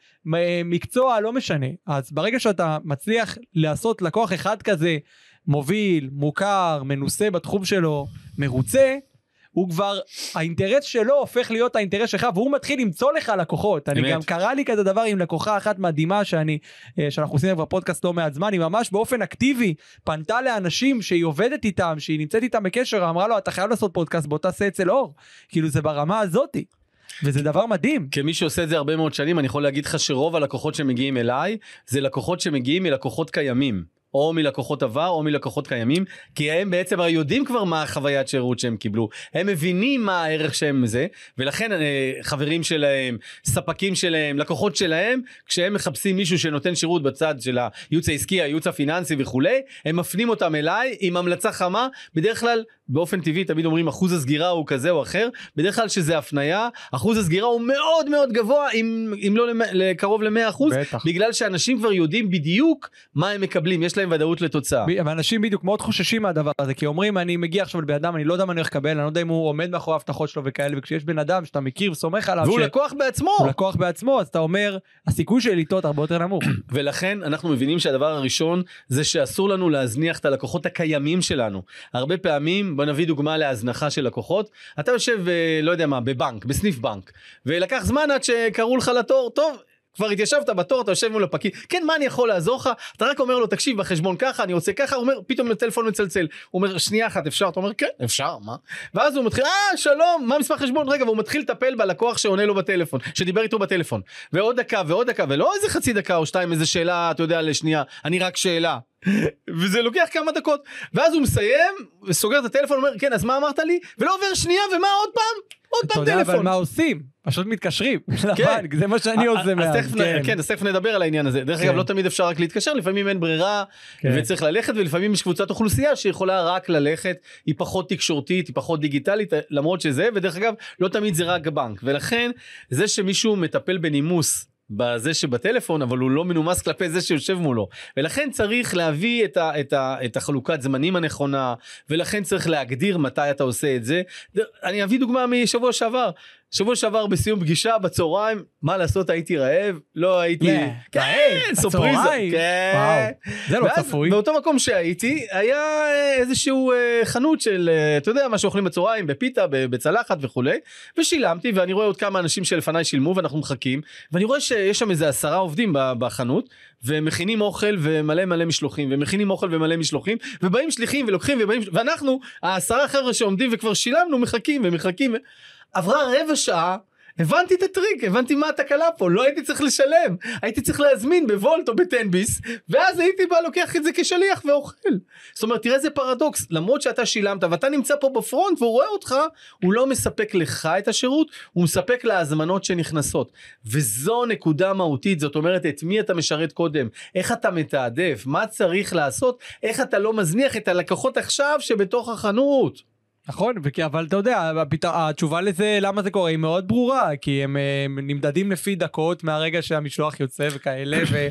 מקצוע, לא משנה. אז ברגע שאתה מצליח לעשות לקוח אחד כזה, מוביל, מוכר, מנוסה בתחום שלו, מרוצה, הוא כבר, האינטרס שלו הופך להיות האינטרס שלך, והוא מתחיל למצוא לך לקוחות. אני גם קרא לי כזה דבר עם לקוחה אחת מדהימה, שאני, שאנחנו עושים כבר פודקאסט לא מעט זמן, היא ממש באופן אקטיבי, פנתה לאנשים שהיא עובדת איתם, שהיא נמצאת איתם בקשר, אמרה לו, אתה חייב לעשות פודקאסט, בוא תעשה אצל אור. כאילו זה ברמה הזאת. וזה דבר מדהים. כמי שעושה את זה הרבה מאוד שנים, אני יכול להגיד לך שרוב הלקוחות שמגיעים אליי, זה לקוחות שמגיעים מלקוחות קיימים. או מלקוחות עבר, או מלקוחות קיימים, כי הם בעצם יודעים כבר מה החוויית שירות שהם קיבלו, הם מבינים מה הערך שהם זה, ולכן חברים שלהם, ספקים שלהם, לקוחות שלהם, כשהם מחפשים מישהו שנותן שירות בצד של הייעוץ העסקי, הייעוץ הפיננסי וכולי, הם מפנים אותם אליי עם המלצה חמה, בדרך כלל, באופן טבעי, תמיד אומרים אחוז הסגירה הוא כזה או אחר, בדרך כלל שזה הפניה, אחוז הסגירה הוא מאוד מאוד גבוה, אם, אם לא לקרוב ל-מאה אחוז, בגלל שאנשים כבר יודעים בדיוק מה הם מקבלים, יש להם ודאות לתוצאה. ואנשים בדיוק מאוד חוששים מהדבר הזה, כי אומרים, אני מגיע עכשיו לבן אדם, אני לא יודע מה אני הולך לקבל, אני לא יודע אם הוא עומד מאחורי ההבטחות שלו וכאלה, וכשיש בן אדם שאתה מכיר וסומך עליו, והוא לקוח בעצמו. הוא לקוח בעצמו, אז אתה אומר, הסיכוי שלי לטעות הרבה יותר נמוך. ולכן אנחנו מבינים שהדבר הראשון זה שאסור לנו להזניח את הלקוחות הקיימים שלנו. הרבה פעמים, בוא נביא דוגמה להזנחה של לקוחות, אתה יושב, לא יודע מה, בבנק, בסניף בנק, ולקח זמן עד שקראו לך לתור, טוב, כבר התיישבת בתור, אתה יושב מול הפקיד, כן, מה אני יכול לעזור לך? אתה רק אומר לו, תקשיב, בחשבון ככה, אני רוצה ככה, הוא אומר, פתאום לטלפון מצלצל, הוא אומר, שנייה אחת, אפשר? אתה אומר, כן, אפשר, מה? ואז הוא מתחיל, אה, שלום, מה מספר חשבון? רגע, והוא מתחיל לטפל בלקוח שעונה לו בטלפון, שדיבר איתו בטלפון, ועוד דקה, ועוד דקה, ולא איזה חצי דקה או שתיים, איזה שאלה, אתה יודע, לשנייה, אני רק שאלה. וזה לוקח כמה דקות, ואז הוא מסיים, וסוגר את הטלפון, אומר, כן, אז מה אמרת לי? ולא עובר שנייה, ומה עוד פעם? עוד פעם טלפון. אבל מה עושים? פשוט מתקשרים לבנק, זה מה שאני עושה מאז. כן, אז תכף נדבר על העניין הזה. דרך אגב, לא תמיד אפשר רק להתקשר, לפעמים אין ברירה, וצריך ללכת, ולפעמים יש קבוצת אוכלוסייה שיכולה רק ללכת, היא פחות תקשורתית, היא פחות דיגיטלית, למרות שזה, ודרך אגב, לא תמיד זה רק בנק. ולכן, זה שמישהו מטפל בנימוס, בזה שבטלפון, אבל הוא לא מנומס כלפי זה שיושב מולו, ולכן צריך להביא את, ה, את, ה, את החלוקת זמנים הנכונה, ולכן צריך להגדיר מתי אתה עושה את זה. אני אביא דוגמה משבוע שעבר, שבוע שעבר בסיום פגישה בצהריים, מה לעשות, הייתי רעב, לא הייתי, כן, סופריזה, כן, זה לא צפוי. באותו מקום שהייתי, היה איזשהו חנות של, אתה יודע, מה שאוכלים בצהריים, בפיתה, בצלחת וכולי, ושילמתי, ואני רואה עוד כמה אנשים שלפניי שילמו, ואנחנו מחכים, ואני רואה שיש שם איזה עשרה עובדים בחנות, ומכינים אוכל ומלא מלא משלוחים, ומכינים אוכל ומלא משלוחים, ובאים שליחים ולוקחים, ובאים, ואנחנו, העשרה חבר'ה שעומדים וכבר שילמנו, מחכים ומחכים, עברה רבע שעה, הבנתי את הטריק, הבנתי מה התקלה פה, לא הייתי צריך לשלם, הייתי צריך להזמין בוולט או בטנביס, ואז הייתי בא לוקח את זה כשליח ואוכל. זאת אומרת, תראה איזה פרדוקס, למרות שאתה שילמת ואתה נמצא פה בפרונט והוא רואה אותך, הוא לא מספק לך את השירות, הוא מספק להזמנות שנכנסות, וזו נקודה מהותית, זאת אומרת, את מי אתה משרת קודם, איך אתה מתעדף, מה צריך לעשות, איך אתה לא מזניח את הלקוחות עכשיו שבתוך החנות. נכון, אבל אתה יודע, התשובה לזה, למה זה קורה, היא מאוד ברורה, כי הם נמדדים לפי דקות מהרגע שהמשלוח יוצא וכאלה, ו...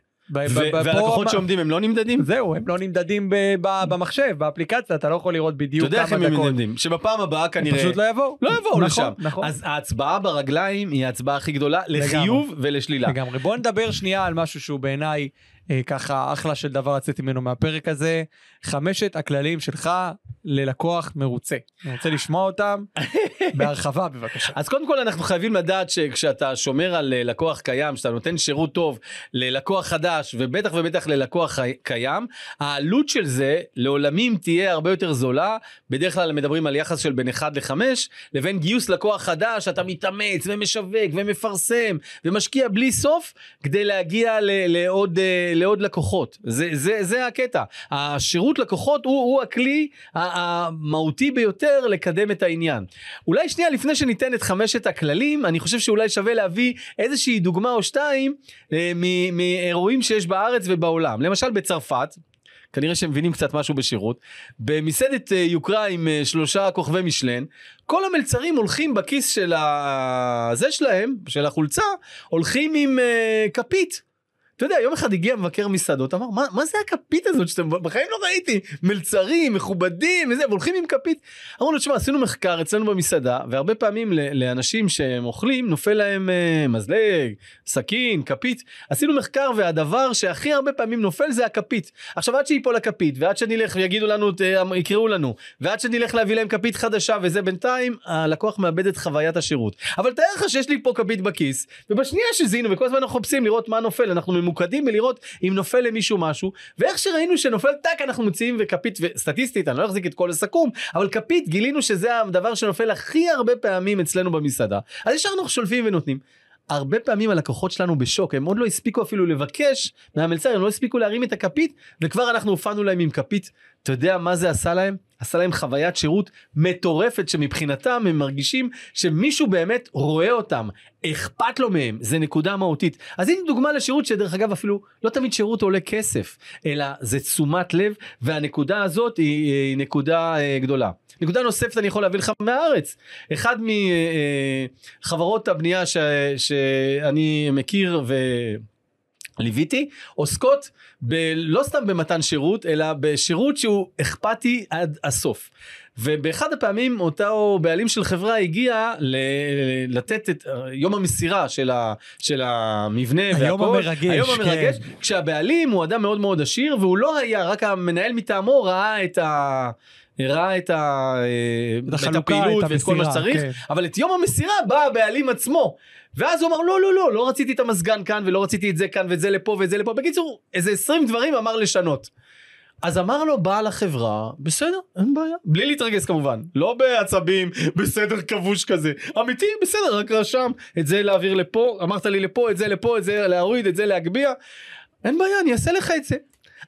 והלקוחות שעומדים הם לא נמדדים? זהו, הם לא נמדדים במחשב, באפליקציה, אתה לא יכול לראות בדיוק כמה דקות. אתה יודע איך הם נמדדים? שבפעם הבאה כנראה... פשוט לא יבואו. לא יבואו לשם. אז ההצבעה ברגליים היא ההצבעה הכי גדולה לחיוב ולשלילה. לגמרי. בוא נדבר שנייה על משהו שהוא בעיניי ככה אחלה של דבר לצאת ממנו מהפרק הזה, חמשת הכללים שלך ללקוח מרוצה. אני רוצה לשמוע אותם בהרחבה בבקשה. אז קודם כל אנחנו חייבים לדעת שכשאתה שומר על לקוח קיים, שאתה נותן שירות טוב ללקוח חדש, ובטח ובטח ללקוח קיים, העלות של זה לעולמים תהיה הרבה יותר זולה, בדרך כלל מדברים על יחס של בין אחד לחמש, לבין גיוס לקוח חדש, אתה מתאמץ ומשווק ומפרסם, ומשקיע בלי סוף, כדי להגיע לעוד... לעוד לקוחות. זה, זה, זה הקטע. השירות לקוחות הוא, הוא הכלי המהותי ביותר לקדם את העניין. אולי שנייה לפני שניתן את חמשת הכללים, אני חושב שאולי שווה להביא איזושהי דוגמה או שתיים מאירועים שיש בארץ ובעולם. למשל בצרפת, כנראה שהם מבינים קצת משהו בשירות, במסעדת יוקרה עם שלושה כוכבי משלן, כל המלצרים הולכים בכיס של הזה שלהם, של החולצה, הולכים עם uh, כפית. אתה יודע, יום אחד הגיע מבקר מסעדות, אמר, מה, מה זה הכפית הזאת שאתם בחיים לא ראיתי? מלצרים, מכובדים, וזה, והולכים עם כפית. אמרו לו, תשמע, עשינו מחקר אצלנו במסעדה, והרבה פעמים לאנשים שהם אוכלים, נופל להם uh, מזלג, סכין, כפית. עשינו מחקר, והדבר שהכי הרבה פעמים נופל זה הכפית. עכשיו, עד שיפול הכפית, ועד שנלך, ויגידו לנו, יקראו לנו, ועד שנלך להביא להם כפית חדשה, וזה בינתיים, הלקוח מאבד את חוויית השירות. אבל תאר לך שיש לי פה כפית בכיס, ובשנייה שזינו, וכל הזמן אנחנו חופשים לראות מה נופל, אנחנו ממוקדים בלראות אם נופל למישהו משהו, ואיך שראינו שנופל טק אנחנו מציעים וכפית, וסטטיסטית אני לא אחזיק את כל הסכום, אבל כפית גילינו שזה הדבר שנופל הכי הרבה פעמים אצלנו במסעדה, אז ישר אנחנו שולפים ונותנים. הרבה פעמים הלקוחות שלנו בשוק, הם עוד לא הספיקו אפילו לבקש מהמלצר, הם לא הספיקו להרים את הכפית, וכבר אנחנו הופענו להם עם כפית. אתה יודע מה זה עשה להם? עשה להם חוויית שירות מטורפת, שמבחינתם הם מרגישים שמישהו באמת רואה אותם, אכפת לו מהם, זה נקודה מהותית. אז הנה דוגמה לשירות שדרך אגב אפילו לא תמיד שירות עולה כסף, אלא זה תשומת לב, והנקודה הזאת היא, היא נקודה אה, גדולה. נקודה נוספת אני יכול להביא לך מהארץ, אחד מחברות הבנייה ש, שאני מכיר ו... ליוויתי, עוסקות ב, לא סתם במתן שירות, אלא בשירות שהוא אכפתי עד הסוף. ובאחד הפעמים אותו בעלים של חברה הגיע ל, לתת את יום המסירה של, ה, של המבנה היום והכל, המרגש, היום המרגש, כן. כשהבעלים הוא אדם מאוד מאוד עשיר, והוא לא היה, רק המנהל מטעמו ראה את ה... הראה את, ה... את, החלוקה, את הפעילות את ואת כל מה שצריך, כן. אבל את יום המסירה בא הבעלים עצמו, ואז הוא אמר לא לא לא, לא רציתי את המסגן כאן, ולא רציתי את זה כאן, ואת זה לפה ואת זה לפה, בקיצור איזה עשרים דברים אמר לשנות. אז אמר לו בעל החברה, בסדר, אין בעיה, בלי להתרגש כמובן, לא בעצבים, בסדר כבוש כזה, אמיתי, בסדר, רק רשם, את זה להעביר לפה, אמרת לי לפה, את זה לפה, את זה להוריד, את זה להגביע, אין בעיה, אני אעשה לך את זה.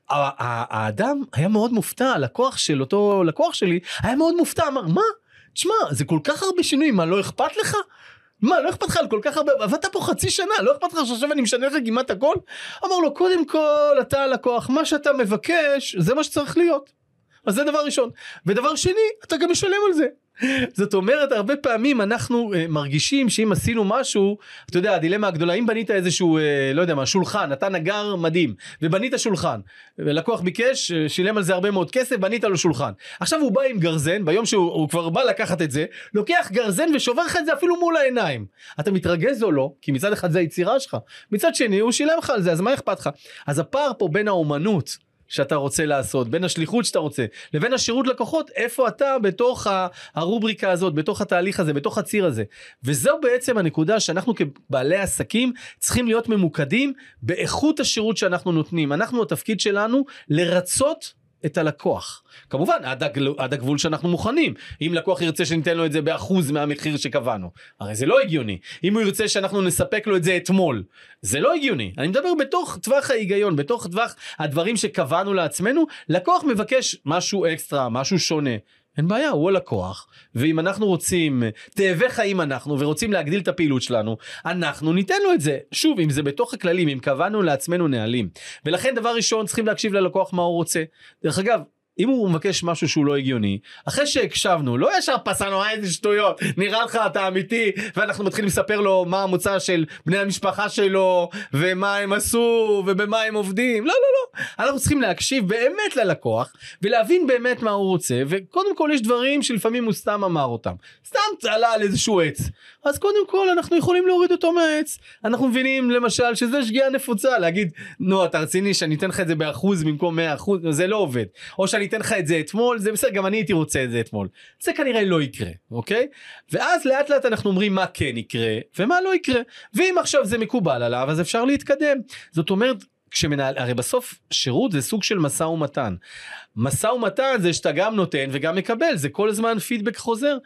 האדם היה מאוד מופתע, הלקוח של אותו לקוח שלי היה מאוד מופתע, אמר מה? תשמע, זה כל כך הרבה שינויים, מה לא אכפת לך? מה לא אכפת לך על כל כך הרבה, עבדת פה חצי שנה, לא אכפת לך שעכשיו אני משנה לך כמעט הכל? אמר לו, קודם כל אתה הלקוח, מה שאתה מבקש זה מה שצריך להיות, אז זה דבר ראשון, ודבר שני אתה גם משלם על זה. זאת אומרת, הרבה פעמים אנחנו uh, מרגישים שאם עשינו משהו, אתה יודע, הדילמה הגדולה, אם בנית איזשהו, uh, לא יודע מה, שולחן, אתה נגר מדהים, ובנית שולחן, ולקוח ביקש, uh, שילם על זה הרבה מאוד כסף, בנית לו שולחן. עכשיו הוא בא עם גרזן, ביום שהוא כבר בא לקחת את זה, לוקח גרזן ושובר לך את זה אפילו מול העיניים. אתה מתרגז או לא? כי מצד אחד זה היצירה שלך, מצד שני הוא שילם לך על זה, אז מה אכפת לך? אז הפער פה בין האומנות, שאתה רוצה לעשות, בין השליחות שאתה רוצה, לבין השירות לקוחות, איפה אתה בתוך הרובריקה הזאת, בתוך התהליך הזה, בתוך הציר הזה. וזו בעצם הנקודה שאנחנו כבעלי עסקים, צריכים להיות ממוקדים באיכות השירות שאנחנו נותנים. אנחנו, התפקיד שלנו, לרצות את הלקוח. כמובן, עד, הגל... עד הגבול שאנחנו מוכנים. אם לקוח ירצה שניתן לו את זה באחוז מהמחיר שקבענו, הרי זה לא הגיוני. אם הוא ירצה שאנחנו נספק לו את זה אתמול, זה לא הגיוני. אני מדבר בתוך טווח ההיגיון, בתוך טווח הדברים שקבענו לעצמנו, לקוח מבקש משהו אקסטרה, משהו שונה. אין בעיה, הוא הלקוח, ואם אנחנו רוצים, תאבי חיים אנחנו, ורוצים להגדיל את הפעילות שלנו, אנחנו ניתן לו את זה. שוב, אם זה בתוך הכללים, אם קבענו לעצמנו נהלים. ולכן דבר ראשון, צריכים להקשיב ללקוח מה הוא רוצה. דרך אגב, אם הוא מבקש משהו שהוא לא הגיוני, אחרי שהקשבנו, לא ישר פסענו איזה שטויות, נראה לך אתה אמיתי, ואנחנו מתחילים לספר לו מה המוצא של בני המשפחה שלו, ומה הם עשו, ובמה הם עובדים. לא, לא, לא. אנחנו צריכים להקשיב באמת ללקוח, ולהבין באמת מה הוא רוצה, וקודם כל יש דברים שלפעמים הוא סתם אמר אותם. סתם עלה על איזשהו עץ. אז קודם כל אנחנו יכולים להוריד אותו מהעץ. אנחנו מבינים למשל שזה שגיאה נפוצה, להגיד, נו, אתה רציני שאני אתן לך את זה באחוז במקום מאה אחוז, זה לא עובד. או שאני אתן לך את זה אתמול, זה בסדר, גם אני הייתי רוצה את זה אתמול. זה כנראה לא יקרה, אוקיי? ואז לאט לאט אנחנו אומרים מה כן יקרה, ומה לא יקרה. ואם עכשיו זה מקובל עליו, אז אפשר להתקדם. זאת אומרת, כשמנהל, הרי בסוף שירות זה סוג של מסע ומתן. מסע ומתן זה שאתה גם נותן וגם מקבל, זה כל הזמן פידבק חוזר.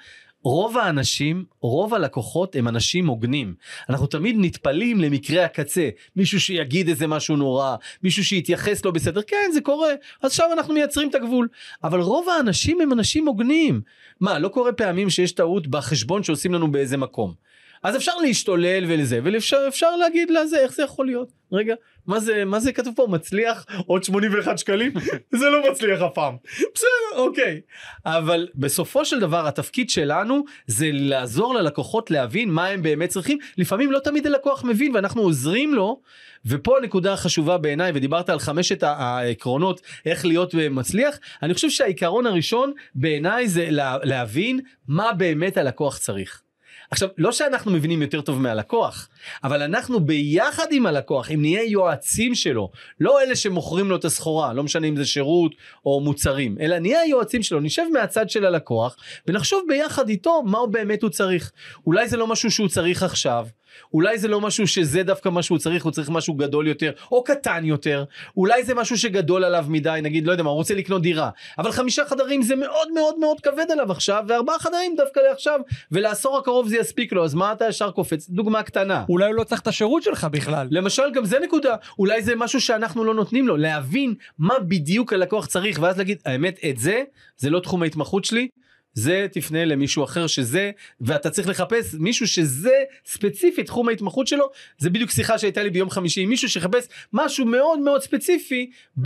רוב האנשים, רוב הלקוחות הם אנשים הוגנים. אנחנו תמיד נטפלים למקרה הקצה. מישהו שיגיד איזה משהו נורא, מישהו שיתייחס לו בסדר, כן זה קורה, אז עכשיו אנחנו מייצרים את הגבול. אבל רוב האנשים הם אנשים הוגנים. מה, לא קורה פעמים שיש טעות בחשבון שעושים לנו באיזה מקום. אז אפשר להשתולל ולזה, ואפשר אפשר להגיד לזה, איך זה יכול להיות? רגע, מה זה, מה זה כתוב פה? מצליח עוד שמונים ואחד שקלים? זה לא מצליח אף פעם. בסדר, אוקיי. אבל בסופו של דבר, התפקיד שלנו זה לעזור ללקוחות להבין מה הם באמת צריכים. לפעמים לא תמיד הלקוח מבין, ואנחנו עוזרים לו, ופה הנקודה החשובה בעיניי, ודיברת על חמשת העקרונות, איך להיות מצליח. אני חושב שהעיקרון הראשון בעיניי זה להבין מה באמת הלקוח צריך. עכשיו, לא שאנחנו מבינים יותר טוב מהלקוח, אבל אנחנו ביחד עם הלקוח, אם נהיה יועצים שלו, לא אלה שמוכרים לו את הסחורה, לא משנה אם זה שירות או מוצרים, אלא נהיה יועצים שלו, נשב מהצד של הלקוח, ונחשוב ביחד איתו מה הוא באמת הוא צריך. אולי זה לא משהו שהוא צריך עכשיו, אולי זה לא משהו שזה דווקא מה שהוא צריך, הוא צריך משהו גדול יותר, או קטן יותר, אולי זה משהו שגדול עליו מדי, נגיד, לא יודע מה, הוא רוצה לקנות דירה, אבל חמישה חדרים זה מאוד מאוד מאוד כבד עליו עכשיו, וארבעה חדרים דווקא לעכשיו, ולעשור הקרוב זה יספיק לו, אז מה אתה ישר קופץ? דוגמה קטנה. אולי הוא לא צריך את השירות שלך בכלל. למשל, גם זה נקודה, אולי זה משהו שאנחנו לא נותנים לו, להבין מה בדיוק הלקוח צריך, ואז להגיד, האמת, את זה, זה לא תחום ההתמחות שלי, זה תפנה למישהו אחר שזה, ואתה צריך לחפש מישהו שזה ספציפי, תחום ההתמחות שלו. זה בדיוק שיחה שהייתה לי ביום חמישי עם מישהו שחפש משהו מאוד מאוד ספציפי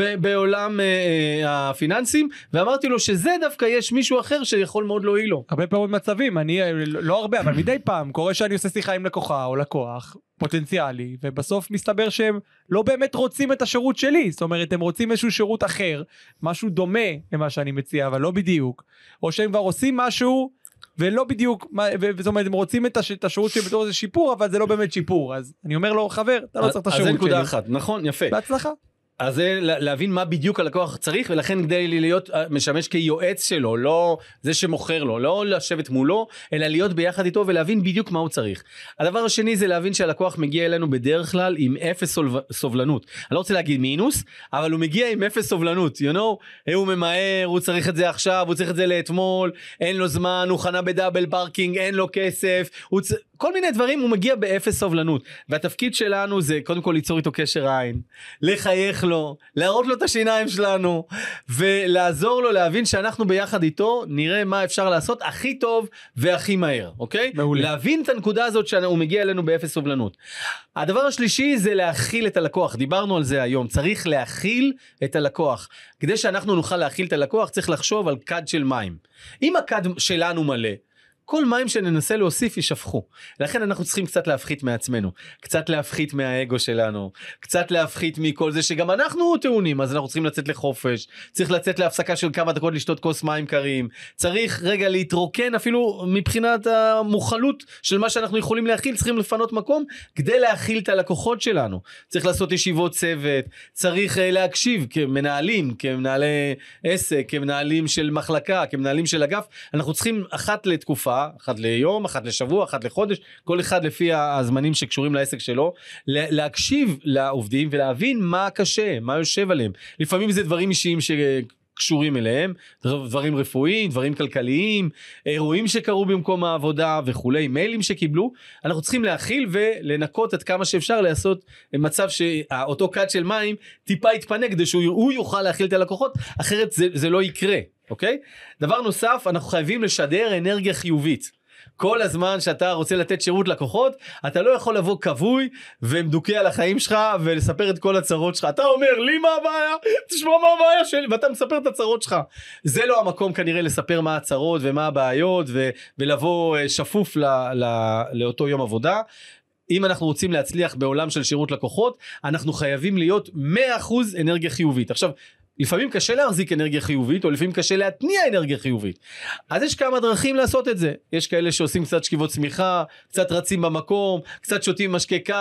בעולם אה, הפיננסים, ואמרתי לו שזה דווקא יש מישהו אחר שיכול מאוד להועיל לו. הרבה פעמים מצבים, אני לא הרבה, אבל מדי פעם קורה שאני עושה שיחה עם לקוחה או לקוח פוטנציאלי, ובסוף מסתבר שהם לא באמת רוצים את השירות שלי, זאת אומרת הם רוצים איזשהו שירות אחר, משהו דומה למה שאני מציע, אבל לא בדיוק, או שהם כבר עושים משהו ולא בדיוק, זאת אומרת הם רוצים את השירות שלי בתור איזה שיפור, אבל זה לא באמת שיפור, אז אני אומר לו, חבר, אתה לא צריך את השירות שלי. אז זה נקודה אחת, נכון, יפה. בהצלחה. אז זה להבין מה בדיוק הלקוח צריך, ולכן כדי להיות משמש כיועץ שלו, לא זה שמוכר לו, לא לשבת מולו, אלא להיות ביחד איתו ולהבין בדיוק מה הוא צריך. הדבר השני זה להבין שהלקוח מגיע אלינו בדרך כלל עם אפס סובלנות. אני לא רוצה להגיד מינוס, אבל הוא מגיע עם אפס סובלנות, you know, הוא ממהר, הוא צריך את זה עכשיו, הוא צריך את זה לאתמול, אין לו זמן, הוא חנה בדאבל פארקינג, אין לו כסף, הוא צ... כל מיני דברים, הוא מגיע באפס סובלנות. והתפקיד שלנו זה קודם כל ליצור איתו קשר עין, לחייך לו, להראות לו את השיניים שלנו, ולעזור לו להבין שאנחנו ביחד איתו נראה מה אפשר לעשות הכי טוב והכי מהר, אוקיי? מעולה. להבין את הנקודה הזאת שהוא מגיע אלינו באפס סובלנות. הדבר השלישי זה להכיל את הלקוח, דיברנו על זה היום, צריך להכיל את הלקוח. כדי שאנחנו נוכל להכיל את הלקוח, צריך לחשוב על קד של מים. אם הקד שלנו מלא, כל מים שננסה להוסיף ישפכו. לכן אנחנו צריכים קצת להפחית מעצמנו, קצת להפחית מהאגו שלנו, קצת להפחית מכל זה שגם אנחנו טעונים, אז אנחנו צריכים לצאת לחופש, צריך לצאת להפסקה של כמה דקות לשתות כוס מים קרים, צריך רגע להתרוקן אפילו מבחינת המוכלות של מה שאנחנו יכולים להכיל, צריכים לפנות מקום כדי להכיל את הלקוחות שלנו. צריך לעשות ישיבות צוות, צריך להקשיב כמנהלים, כמנהלי עסק, כמנהלים של מחלקה, כמנהלים של אגף, אנחנו צריכים אחת לתקופה, אחת ליום, אחת לשבוע, אחת לחודש, כל אחד לפי הזמנים שקשורים לעסק שלו, להקשיב לעובדים ולהבין מה קשה, מה יושב עליהם. לפעמים זה דברים אישיים שקשורים אליהם, דברים רפואיים, דברים כלכליים, אירועים שקרו במקום העבודה וכולי, מיילים שקיבלו. אנחנו צריכים להכיל ולנקות עד כמה שאפשר לעשות מצב שאותו קד של מים טיפה יתפנה כדי שהוא יוכל להכיל את הלקוחות, אחרת זה, זה לא יקרה. אוקיי? דבר נוסף, אנחנו חייבים לשדר אנרגיה חיובית. כל הזמן שאתה רוצה לתת שירות לקוחות, אתה לא יכול לבוא כבוי ומדוכא על החיים שלך ולספר את כל הצרות שלך. אתה אומר לי מה הבעיה? תשמע מה הבעיה שלי, ואתה מספר את הצרות שלך. זה לא המקום כנראה לספר מה הצרות ומה הבעיות ו- ולבוא שפוף ל- ל- לאותו יום עבודה. אם אנחנו רוצים להצליח בעולם של שירות לקוחות, אנחנו חייבים להיות מאה אחוז אנרגיה חיובית. עכשיו, לפעמים קשה להחזיק אנרגיה חיובית, או לפעמים קשה להתניע אנרגיה חיובית. אז יש כמה דרכים לעשות את זה. יש כאלה שעושים קצת שכיבות צמיחה, קצת רצים במקום, קצת שותים משקה קר,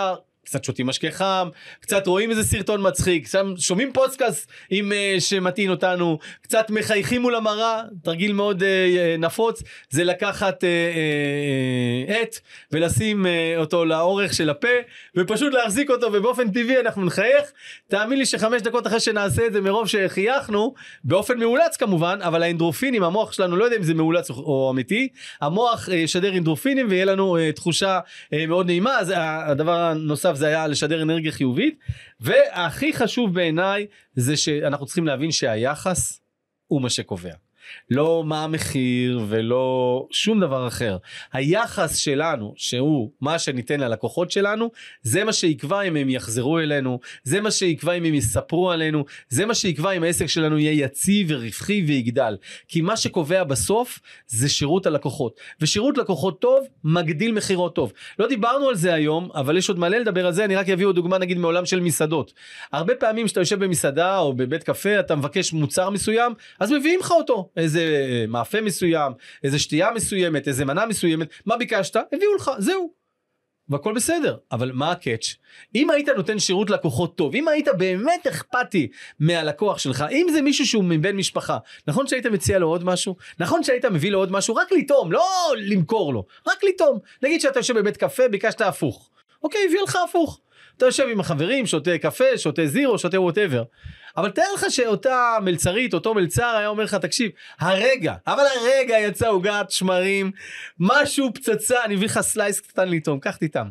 קצת שותים משקה חם, קצת רואים איזה סרטון מצחיק, שומעים פודקאסט עם uh, שמתאים אותנו, קצת מחייכים מול המראה, תרגיל מאוד uh, נפוץ, זה לקחת uh, uh, עט ולשים uh, אותו לאורך של הפה, ופשוט להחזיק אותו, ובאופן טבעי אנחנו נחייך. תאמין לי שחמש דקות אחרי שנעשה את זה מרוב שחייכנו, באופן מאולץ כמובן, אבל האנדרופינים, המוח שלנו, לא יודע אם זה מאולץ או, או אמיתי, המוח uh, ישדר אנדרופינים ויהיה לנו uh, תחושה uh, מאוד נעימה. אז הדבר הנוסף זה היה לשדר אנרגיה חיובית, והכי חשוב בעיניי זה שאנחנו צריכים להבין שהיחס הוא מה שקובע. לא מה המחיר ולא שום דבר אחר. היחס שלנו, שהוא מה שניתן ללקוחות שלנו, זה מה שיקבע אם הם יחזרו אלינו, זה מה שיקבע אם הם יספרו עלינו, זה מה שיקבע אם העסק שלנו יהיה יציב ורווחי ויגדל. כי מה שקובע בסוף זה שירות הלקוחות. ושירות לקוחות טוב מגדיל מחירות טוב. לא דיברנו על זה היום, אבל יש עוד מלא לדבר על זה. אני רק אביא עוד דוגמה נגיד מעולם של מסעדות. הרבה פעמים שאתה יושב במסעדה או בבית קפה, אתה מבקש מוצר מסוים, אז מביאים לך אותו. איזה מאפה מסוים, איזה שתייה מסוימת, איזה מנה מסוימת, מה ביקשת? הביאו לך, זהו. והכל בסדר. אבל מה הקאץ'? אם היית נותן שירות לקוחות טוב, אם היית באמת אכפתי מהלקוח שלך, אם זה מישהו שהוא מבן משפחה, נכון שהיית מציע לו עוד משהו? נכון שהיית מביא לו עוד משהו? רק לטעום, לא למכור לו, רק לטעום. נגיד שאתה יושב בבית קפה, ביקשת הפוך. אוקיי, הביא לך הפוך. אתה יושב עם החברים, שותה קפה, שותה זירו, שותה whatever. אבל תאר לך שאותה מלצרית, אותו מלצר היה אומר לך, תקשיב, הרגע, אבל הרגע יצא עוגת שמרים, משהו פצצה, אני מביא לך סלייס קטן לטעום, קח תיתם.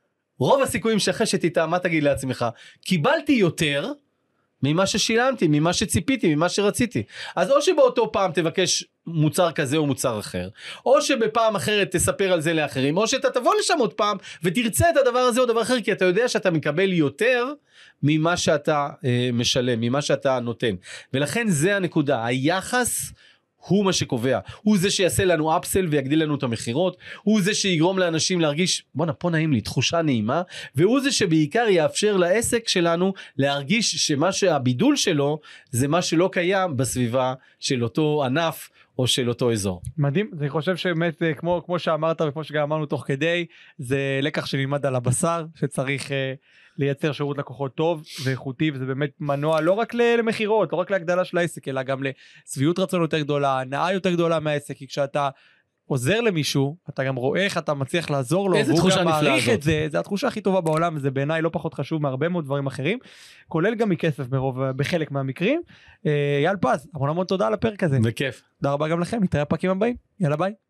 רוב הסיכויים שאחרי שתיתם, מה תגיד לעצמך? קיבלתי יותר ממה ששילמתי, ממה שציפיתי, ממה שרציתי. אז או שבאותו פעם תבקש מוצר כזה או מוצר אחר, או שבפעם אחרת תספר על זה לאחרים, או שאתה תבוא לשם עוד פעם ותרצה את הדבר הזה או דבר אחר, כי אתה יודע שאתה מקבל יותר ממה שאתה אה, משלם, ממה שאתה נותן. ולכן זה הנקודה, היחס הוא מה שקובע, הוא זה שיעשה לנו אפסל ויגדיל לנו את המחירות, הוא זה שיגרום לאנשים להרגיש, בוא'נה, פה נעים לי, תחושה נעימה, והוא זה שבעיקר יאפשר לעסק שלנו להרגיש שמה שהבידול שלו, זה מה שלא קיים בסביבה של אותו ענף, או של אותו אזור. מדהים, אני חושב שבאמת כמו, כמו שאמרת וכמו שגם אמרנו תוך כדי, זה לקח שנלמד על הבשר, שצריך uh, לייצר שירות לקוחות טוב ואיכותי, וזה באמת מנוע לא רק למחירות, לא רק להגדלה של העסק, אלא גם לסביעות רצון יותר גדולה, הנאה יותר גדולה מהעסק, כי כשאתה עוזר למישהו, אתה גם רואה איך אתה מצליח לעזור לו, והוא גם מעריך את זה, זה התחושה הכי טובה בעולם, וזה בעיניי לא פחות חשוב מהרבה מאוד דברים אחרים, כולל גם מכסף ברוב, בחלק מהמקרים. אייל פז, המון המון תודה על הפרק הזה. בכיף. תודה רבה גם לכם, נתראה בפרקים הבאים, יאללה ביי.